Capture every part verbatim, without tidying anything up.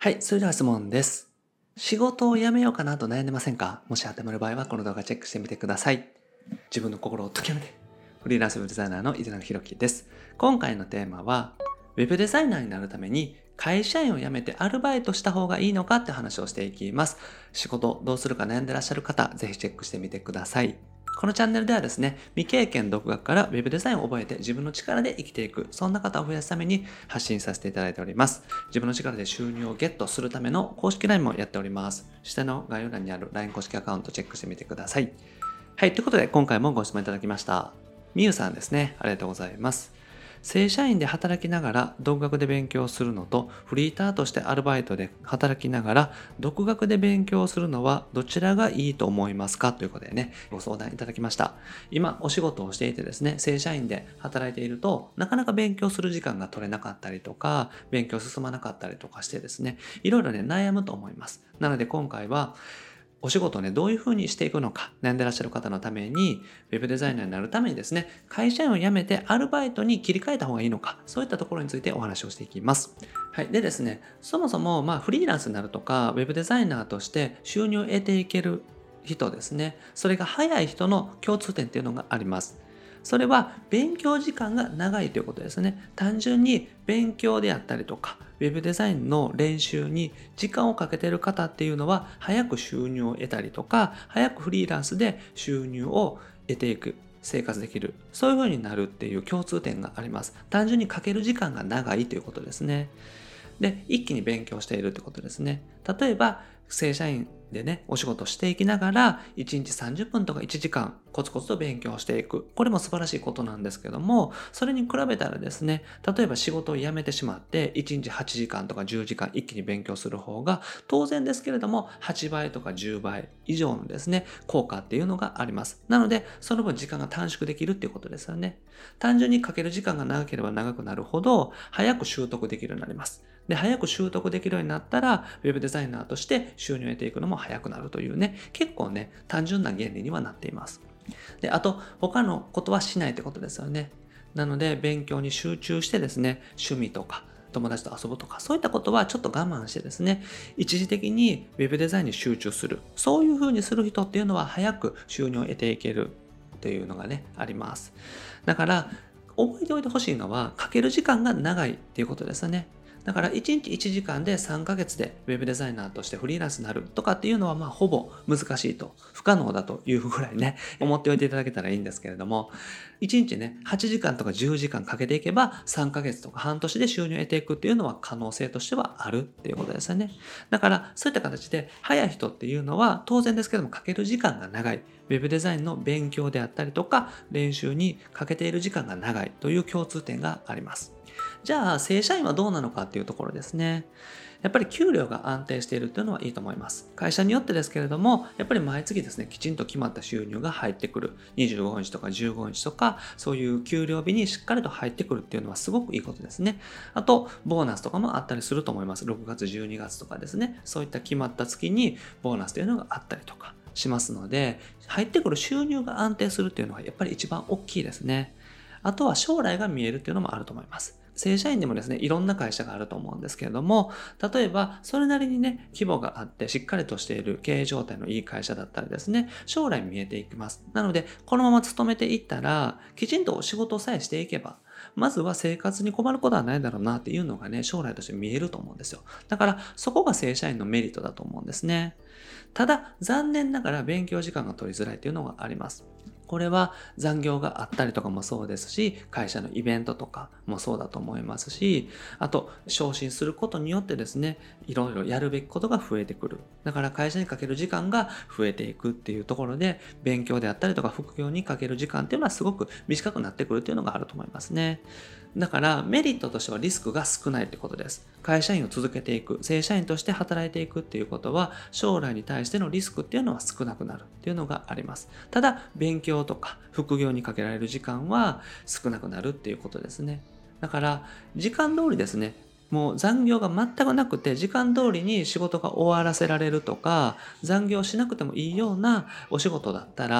はい、それでは質問です。仕事を辞めようかなと悩んでませんか？もし当てはまる場合はこの動画チェックしてみてください。自分の心を解きめて。フリーランスウェブデザイナーの井出永弘樹です。今回のテーマは、ウェブデザイナーになるために会社員を辞めてアルバイトした方がいいのかって話をしていきます。仕事どうするか悩んでらっしゃる方、ぜひチェックしてみてください。このチャンネルではですね、未経験独学からウェブデザインを覚えて自分の力で生きていく、そんな方を増やすために発信させていただいております。自分の力で収入をゲットするための公式 ライン もやっております。下の概要欄にある ライン 公式アカウントチェックしてみてください。はい、ということで今回もご質問いただきました。みゆさんですね、ありがとうございます。正社員で働きながら独学で勉強するのと、フリーターとしてアルバイトで働きながら独学で勉強するのはどちらがいいと思いますかということでね、ご相談いただきました。今お仕事をしていてですね、正社員で働いているとなかなか勉強する時間が取れなかったりとか、勉強進まなかったりとかしてですね、いろいろね悩むと思います。なので今回はお仕事をね、どういうふうにしていくのか、悩んでらっしゃる方のために、ウェブデザイナーになるためにですね、会社員を辞めてアルバイトに切り替えた方がいいのか、そういったところについてお話をしていきます。はい。でですね、そもそも、まあ、フリーランスになるとか、ウェブデザイナーとして収入を得ていける人ですね、それが早い人の共通点っていうのがあります。それは勉強時間が長いということですね。単純に勉強であったりとか、ウェブデザインの練習に時間をかけている方っていうのは、早く収入を得たりとか、早くフリーランスで収入を得ていく。生活できる。そういう風になるっていう共通点があります。単純にかける時間が長いということですね。で、一気に勉強しているってことですね。例えば、正社員でね、お仕事していきながら、いちにちさんじゅっぷんとかいちじかん、コツコツと勉強していく。これも素晴らしいことなんですけども、それに比べたらですね、例えば仕事を辞めてしまって、いちにちはちじかんとかじゅうじかん一気に勉強する方が、当然ですけれども、はちばいとかじゅうばい以上のですね、効果っていうのがあります。なので、その分時間が短縮できるっていうことですよね。単純にかける時間が長ければ長くなるほど、早く習得できるようになります。で、早く習得できるようになったら、ウェブデザイナーとして収入を得ていくのも早くなるというね、結構ね、単純な原理にはなっています。で、あと、他のことはしないってことですよね。なので、勉強に集中してですね、趣味とか、友達と遊ぶとか、そういったことはちょっと我慢してですね、一時的にウェブデザインに集中する。そういう風にする人っていうのは早く収入を得ていけるっていうのがね、あります。だから、覚えておいてほしいのは、かける時間が長いっていうことですよね。だからいちにちいちじかんでさんかげつでウェブデザイナーとしてフリーランスになるとかっていうのはまあほぼ難しいと、不可能だというぐらいね、思っておいていただけたらいいんですけれども、いちにちね、はちじかんとかじゅうじかんかけていけばさんかげつとか半年で収入を得ていくっていうのは可能性としてはあるっていうことですよね。だからそういった形で早い人っていうのは当然ですけどもかける時間が長い。ウェブデザインの勉強であったりとか練習にかけている時間が長いという共通点があります。じゃあ、正社員はどうなのかっていうところですね。やっぱり給料が安定しているというのはいいと思います。会社によってですけれども、やっぱり毎月ですね、きちんと決まった収入が入ってくる。にじゅうごにちとかじゅうごにちとか、そういう給料日にしっかりと入ってくるっていうのはすごくいいことですね。あと、ボーナスとかもあったりすると思います。ろくがつ、じゅうにがつとかですね、そういった決まった月にボーナスというのがあったりとかしますので、入ってくる収入が安定するっていうのはやっぱり一番大きいですね。あとは将来が見えるっていうのもあると思います。正社員でもですね、いろんな会社があると思うんですけれども、例えば、それなりにね、規模があって、しっかりとしている経営状態のいい会社だったらですね、将来見えていきます。なので、このまま勤めていったら、きちんとお仕事さえしていけば、まずは生活に困ることはないだろうなっていうのがね、将来として見えると思うんですよ。だから、そこが正社員のメリットだと思うんですね。ただ、残念ながら勉強時間が取りづらいというのがあります。これは残業があったりとかもそうですし、会社のイベントとかもそうだと思いますし、あと昇進することによってですね、いろいろやるべきことが増えてくる。だから会社にかける時間が増えていくっていうところで、勉強であったりとか副業にかける時間っていうのはすごく短くなってくるっていうのがあると思いますね。だからメリットとしてはリスクが少ないってことです。会社員を続けていく、正社員として働いていくっていうことは、将来に対してのリスクっていうのは少なくなるっていうのがあります。ただ、勉強とか副業にかけられる時間は少なくなるっていうことですね。だから、時間通りですね、もう残業が全くなくて、時間通りに仕事が終わらせられるとか、残業しなくてもいいようなお仕事だったら、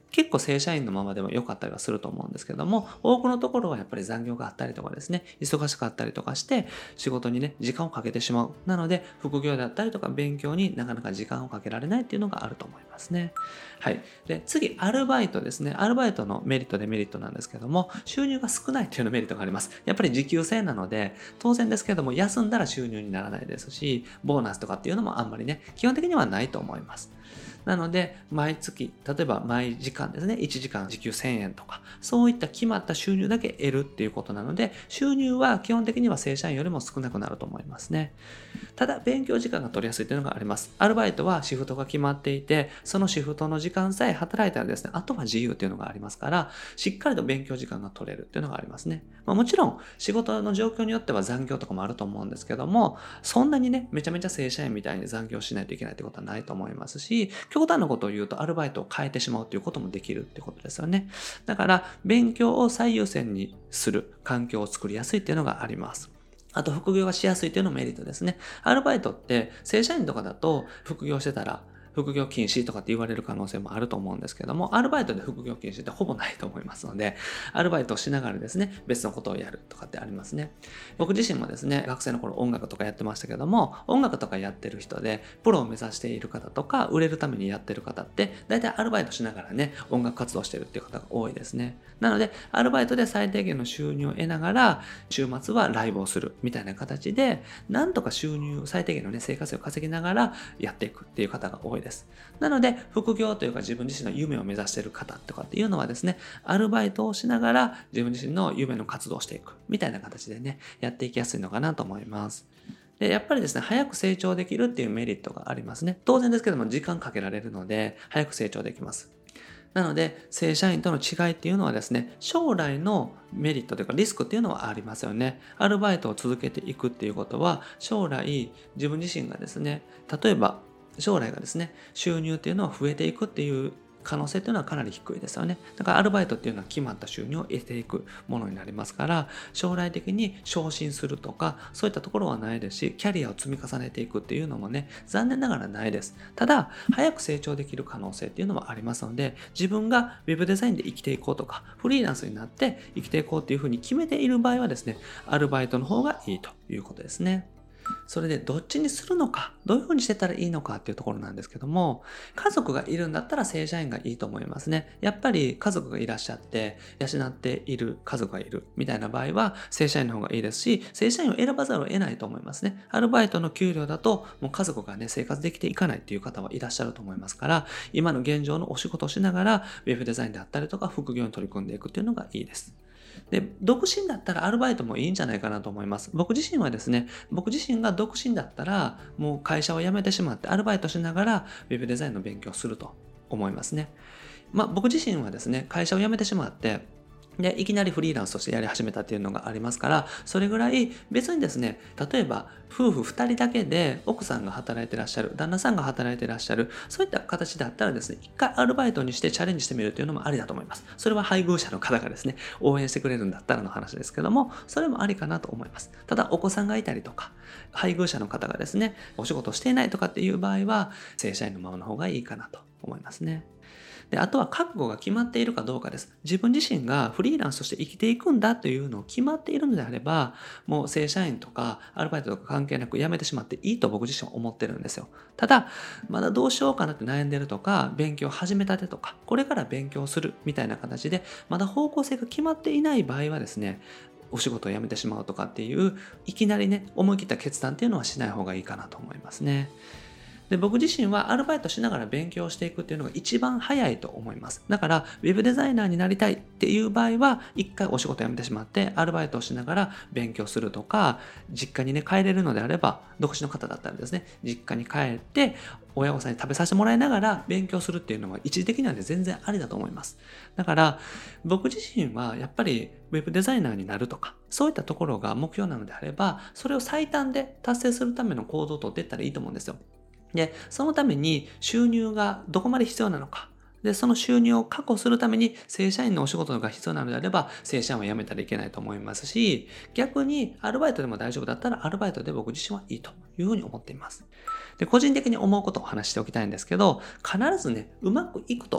結構正社員のままでも良かったりはすると思うんですけども、多くのところはやっぱり残業があったりとかですね、忙しかったりとかして仕事にね、時間をかけてしまう。なので、副業だったりとか勉強になかなか時間をかけられないっていうのがあると思いますね。はい。で、次、アルバイトですね。アルバイトのメリット、デメリットなんですけども、収入が少ないっていうのメリットがあります。やっぱり時給制なので、当然ですけども、休んだら収入にならないですし、ボーナスとかっていうのもあんまりね、基本的にはないと思います。なので、毎月、例えば毎時間ですね、いちじかん時給せんえんとか、そういった決まった収入だけ得るっていうことなので、収入は基本的には正社員よりも少なくなると思いますね。ただ、勉強時間が取りやすいというのがあります。アルバイトはシフトが決まっていて、そのシフトの時間さえ働いたらですね、あとは自由っていうのがありますから、しっかりと勉強時間が取れるっていうのがありますね。まあ、もちろん、仕事の状況によっては残業とかもあると思うんですけども、そんなにね、めちゃめちゃ正社員みたいに残業しないといけないってことはないと思いますし、極端なことを言うとアルバイトを変えてしまうということもできるってことですよね。だから、勉強を最優先にする環境を作りやすいっていうのがあります。あと、副業がしやすいというのもメリットですね。アルバイトって正社員とかだと副業してたら副業禁止とかって言われる可能性もあると思うんですけども、アルバイトで副業禁止ってほぼないと思いますので、アルバイトをしながらですね、別のことをやるとかってありますね。僕自身もですね、学生の頃音楽とかやってましたけども、音楽とかやってる人で、プロを目指している方とか、売れるためにやってる方って、大体アルバイトしながらね、音楽活動してるっていう方が多いですね。なので、アルバイトで最低限の収入を得ながら、週末はライブをするみたいな形で、なんとか収入、最低限のね、生活費を稼ぎながらやっていくっていう方が多いです。なので、副業というか自分自身の夢を目指している方とかっていうのはですね、アルバイトをしながら自分自身の夢の活動をしていくみたいな形でね、やっていきやすいのかなと思います。で、やっぱりですね、早く成長できるっていうメリットがありますね。当然ですけども、時間かけられるので、早く成長できます。なので、正社員との違いっていうのはですね、将来のメリットというかリスクっていうのはありますよね。アルバイトを続けていくっていうことは、将来自分自身がですね、例えば将来がですね、収入っていうのは増えていくっていう可能性っていうのはかなり低いですよね。だからアルバイトっていうのは決まった収入を得ていくものになりますから、将来的に昇進するとか、そういったところはないですし、キャリアを積み重ねていくっていうのもね、残念ながらないです。ただ、早く成長できる可能性っていうのもありますので、自分がウェブデザインで生きていこうとか、フリーランスになって生きていこうっていうふうに決めている場合はですね、アルバイトの方がいいということですね。それでどっちにするのか、どういうふうにしてたらいいのかっていうところなんですけども、家族がいるんだったら正社員がいいと思いますね。やっぱり家族がいらっしゃって、養っている家族がいるみたいな場合は、正社員の方がいいですし、正社員を選ばざるを得ないと思いますね。アルバイトの給料だと、もう家族がね、生活できていかないっていう方はいらっしゃると思いますから、今の現状のお仕事をしながら、ウェブデザインであったりとか、副業に取り組んでいくっていうのがいいです。で、独身だったらアルバイトもいいんじゃないかなと思います。僕自身はですね、僕自身が独身だったら、もう会社を辞めてしまってアルバイトしながらウェブデザインの勉強をすると思いますね。まあ僕自身はですね、会社を辞めてしまって、で、いきなりフリーランスとしてやり始めたっていうのがありますから、それぐらい別にですね、例えば夫婦二人だけで奥さんが働いてらっしゃる、旦那さんが働いてらっしゃる、そういった形だったらですね、一回アルバイトにしてチャレンジしてみるというのもありだと思います。それは配偶者の方がですね、応援してくれるんだったらの話ですけども、それもありかなと思います。ただ、お子さんがいたりとか、配偶者の方がですね、お仕事をしていないとかっていう場合は、正社員のままの方がいいかなと思いますね。で、あとは覚悟が決まっているかどうかです。自分自身がフリーランスとして生きていくんだというのを決まっているのであれば、もう正社員とかアルバイトとか関係なく辞めてしまっていいと僕自身は思ってるんですよ。ただ、まだどうしようかなって悩んでるとか、勉強始めたてとか、これから勉強するみたいな形で、まだ方向性が決まっていない場合はですね、お仕事を辞めてしまうとかっていう、いきなりね、思い切った決断っていうのはしない方がいいかなと思いますね。で、僕自身はアルバイトしながら勉強していくっていうのが一番早いと思います。だから、ウェブデザイナーになりたいっていう場合は、一回お仕事辞めてしまって、アルバイトをしながら勉強するとか、実家にね、帰れるのであれば、独身の方だったらですね、実家に帰って、親御さんに食べさせてもらいながら勉強するっていうのは一時的にはね、全然ありだと思います。だから、僕自身はやっぱりウェブデザイナーになるとか、そういったところが目標なのであれば、それを最短で達成するための行動をとっていったらいいと思うんですよ。で、そのために収入がどこまで必要なのか。で、その収入を確保するために正社員のお仕事が必要なのであれば、正社員は辞めたらいけないと思いますし、逆にアルバイトでも大丈夫だったらアルバイトで僕自身はいいというふうに思っています。で、個人的に思うことを話しておきたいんですけど、必ずね、うまくいくと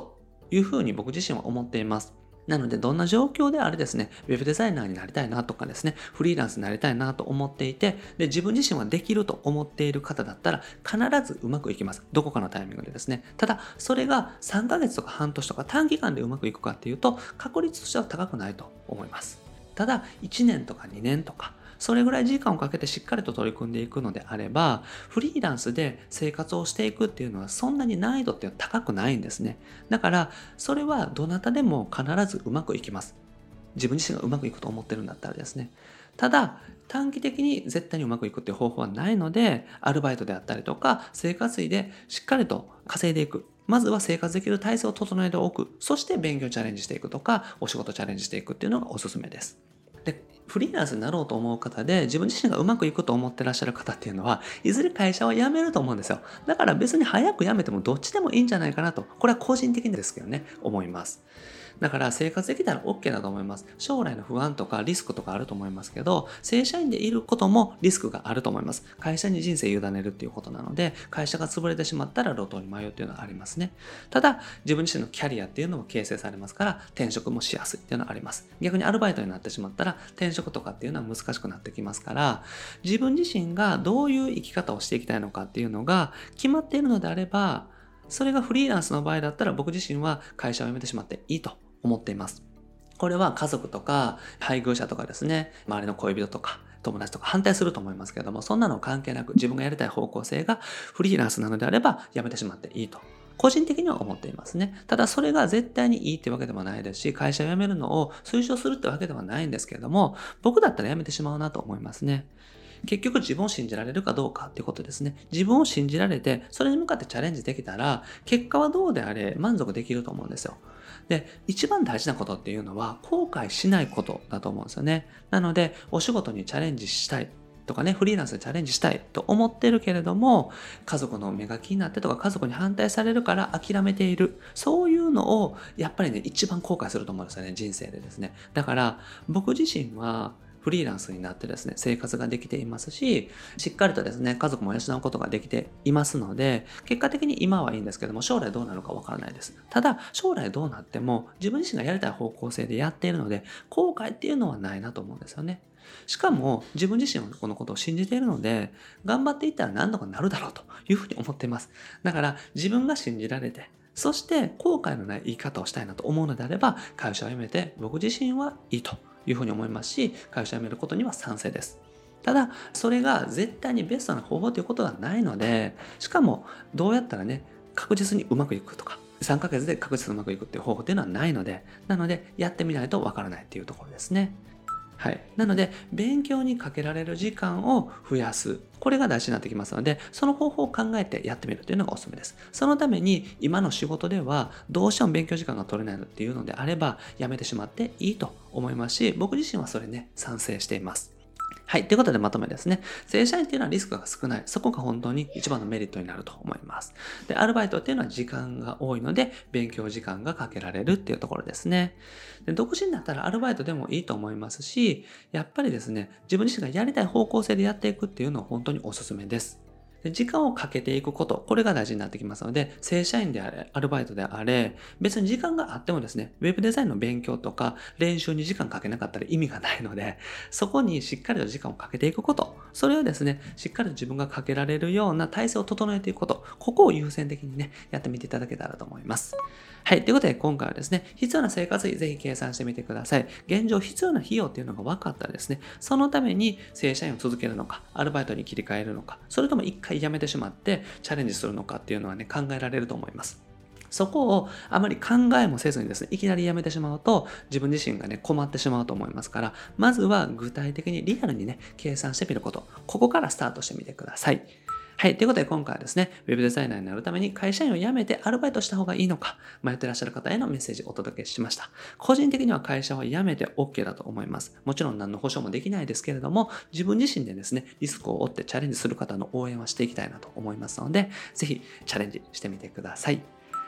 いうふうに僕自身は思っています。なので、どんな状況であれですね、ウェブデザイナーになりたいなとかですね、フリーランスになりたいなと思っていて、で、自分自身はできると思っている方だったら、必ずうまくいきます。どこかのタイミングでですね。ただ、それがさんかげつとか半年とか短期間でうまくいくかっていうと、確率としては高くないと思います。ただ、いちねんとかにねんとか、それぐらい時間をかけてしっかりと取り組んでいくのであれば、フリーランスで生活をしていくっていうのはそんなに難易度って高くないんですね。だから、それはどなたでも必ずうまくいきます。自分自身がうまくいくと思ってるんだったらですね。ただ、短期的に絶対にうまくいくっていう方法はないので、アルバイトであったりとか、生活費でしっかりと稼いでいく。まずは生活できる体制を整えておく。そして勉強チャレンジしていくとか、お仕事チャレンジしていくっていうのがおすすめです。で、フリーランスになろうと思う方で、自分自身がうまくいくと思ってらっしゃる方っていうのは、いずれ会社は辞めると思うんですよ。だから別に早く辞めてもどっちでもいいんじゃないかなと、これは個人的にですけどね、思います。だから生活できたら OK だと思います。将来の不安とかリスクとかあると思いますけど、正社員でいることもリスクがあると思います。会社に人生委ねるっていうことなので、会社が潰れてしまったら路頭に迷うっていうのはありますね。ただ、自分自身のキャリアっていうのも形成されますから、転職もしやすいっていうのはあります。逆にアルバイトになってしまったら、転職とかっていうのは難しくなってきますから、自分自身がどういう生き方をしていきたいのかっていうのが決まっているのであれば、それがフリーランスの場合だったら僕自身は会社を辞めてしまっていいと思っています。これは家族とか配偶者とかですね、周りの恋人とか友達とか反対すると思いますけれども、そんなの関係なく自分がやりたい方向性がフリーランスなのであれば辞めてしまっていいと。個人的には思っていますね。ただそれが絶対にいいってわけでもないですし、会社を辞めるのを推奨するってわけではないんですけれども、僕だったら辞めてしまうなと思いますね。結局自分を信じられるかどうかっていうことですね。自分を信じられて、それに向かってチャレンジできたら、結果はどうであれ満足できると思うんですよ。で、一番大事なことっていうのは、後悔しないことだと思うんですよね。なので、お仕事にチャレンジしたいとかね、フリーランスでチャレンジしたいと思ってるけれども、家族の目が気になってとか、家族に反対されるから諦めている。そういうのを、やっぱりね、一番後悔すると思うんですよね、人生でですね。だから、僕自身は、フリーランスになってですね、生活ができていますし、しっかりとですね、家族も養うことができていますので、結果的に今はいいんですけども、将来どうなるかわからないです。ただ、将来どうなっても、自分自身がやりたい方向性でやっているので、後悔っていうのはないなと思うんですよね。しかも、自分自身はこのことを信じているので、頑張っていったら何とかなるだろうというふうに思っています。だから、自分が信じられて、そして後悔のない言い方をしたいなと思うのであれば、会社を辞めて僕自身はいいというふうに思いますし、会社を辞めることには賛成です。ただ、それが絶対にベストな方法ということはないので、しかもどうやったらね、確実にうまくいくとか、さんかげつで確実にうまくいくっていう方法っていうのはないので、なのでやってみないとわからないっていうところですね。はい。なので、勉強にかけられる時間を増やす。これが大事になってきますので、その方法を考えてやってみるというのがおすすめです。そのために、今の仕事では、どうしても勉強時間が取れないのっていうのであれば、やめてしまっていいと思いますし、僕自身はそれね、賛成しています。はい。ということでまとめですね。正社員っていうのはリスクが少ない。そこが本当に一番のメリットになると思います。で、アルバイトっていうのは時間が多いので、勉強時間がかけられるっていうところですね。で、独身だったらアルバイトでもいいと思いますし、やっぱりですね、自分自身がやりたい方向性でやっていくっていうのは本当におすすめです。で、時間をかけていくこと、これが大事になってきますので、正社員であれ、アルバイトであれ、別に時間があってもですね、ウェブデザインの勉強とか練習に時間かけなかったら意味がないので、そこにしっかりと時間をかけていくこと、それをですね、しっかりと自分がかけられるような体制を整えていくこと、ここを優先的にね、やってみていただけたらと思います。はい。ということで、今回はですね、必要な生活費ぜひ計算してみてください。現状必要な費用っていうのが分かったらですね、そのために正社員を続けるのか、アルバイトに切り替えるのか、それとも一回辞めてしまってチャレンジするのかっていうのはね、考えられると思います。そこをあまり考えもせずにですね、いきなり辞めてしまうと自分自身がね、困ってしまうと思いますから、まずは具体的にリアルにね、計算してみること、ここからスタートしてみてください。はい。ということで今回はですね、ウェブデザイナーになるために会社員を辞めてアルバイトした方がいいのか、迷ってらっしゃる方へのメッセージをお届けしました。個人的には会社を辞めて OK だと思います。もちろん何の保証もできないですけれども、自分自身でですね、リスクを負ってチャレンジする方の応援はしていきたいなと思いますので、ぜひチャレンジしてみてください。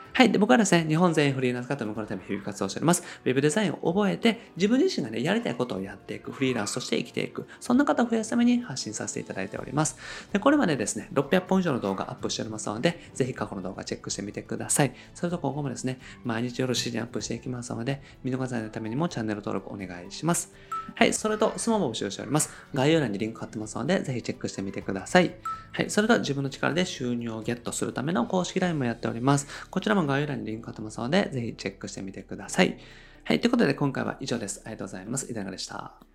はい。で、僕はですね、日本全員フリーランス化というもののために日々活動しております。ウェブデザインを覚えて、自分自身がね、やりたいことをやっていく、フリーランスとして生きていく、そんな方を増やすために発信させていただいております。で、これまでですね、ろっぴゃっぽん以上の動画アップしておりますので、ぜひ過去の動画チェックしてみてください。それと今後もですね、毎日夜しちじにアップしていきますので、見逃さないためにもチャンネル登録お願いします。はい。それと、スマホも募集しております。概要欄にリンク貼ってますので、ぜひチェックしてみてください。はい。それと、自分の力で収入をゲットするための公式 ライン もやっております。こちらも概要欄にリンク貼ってますので、ぜひチェックしてみてください。はい。ということで、今回は以上です。ありがとうございます。いかがでした？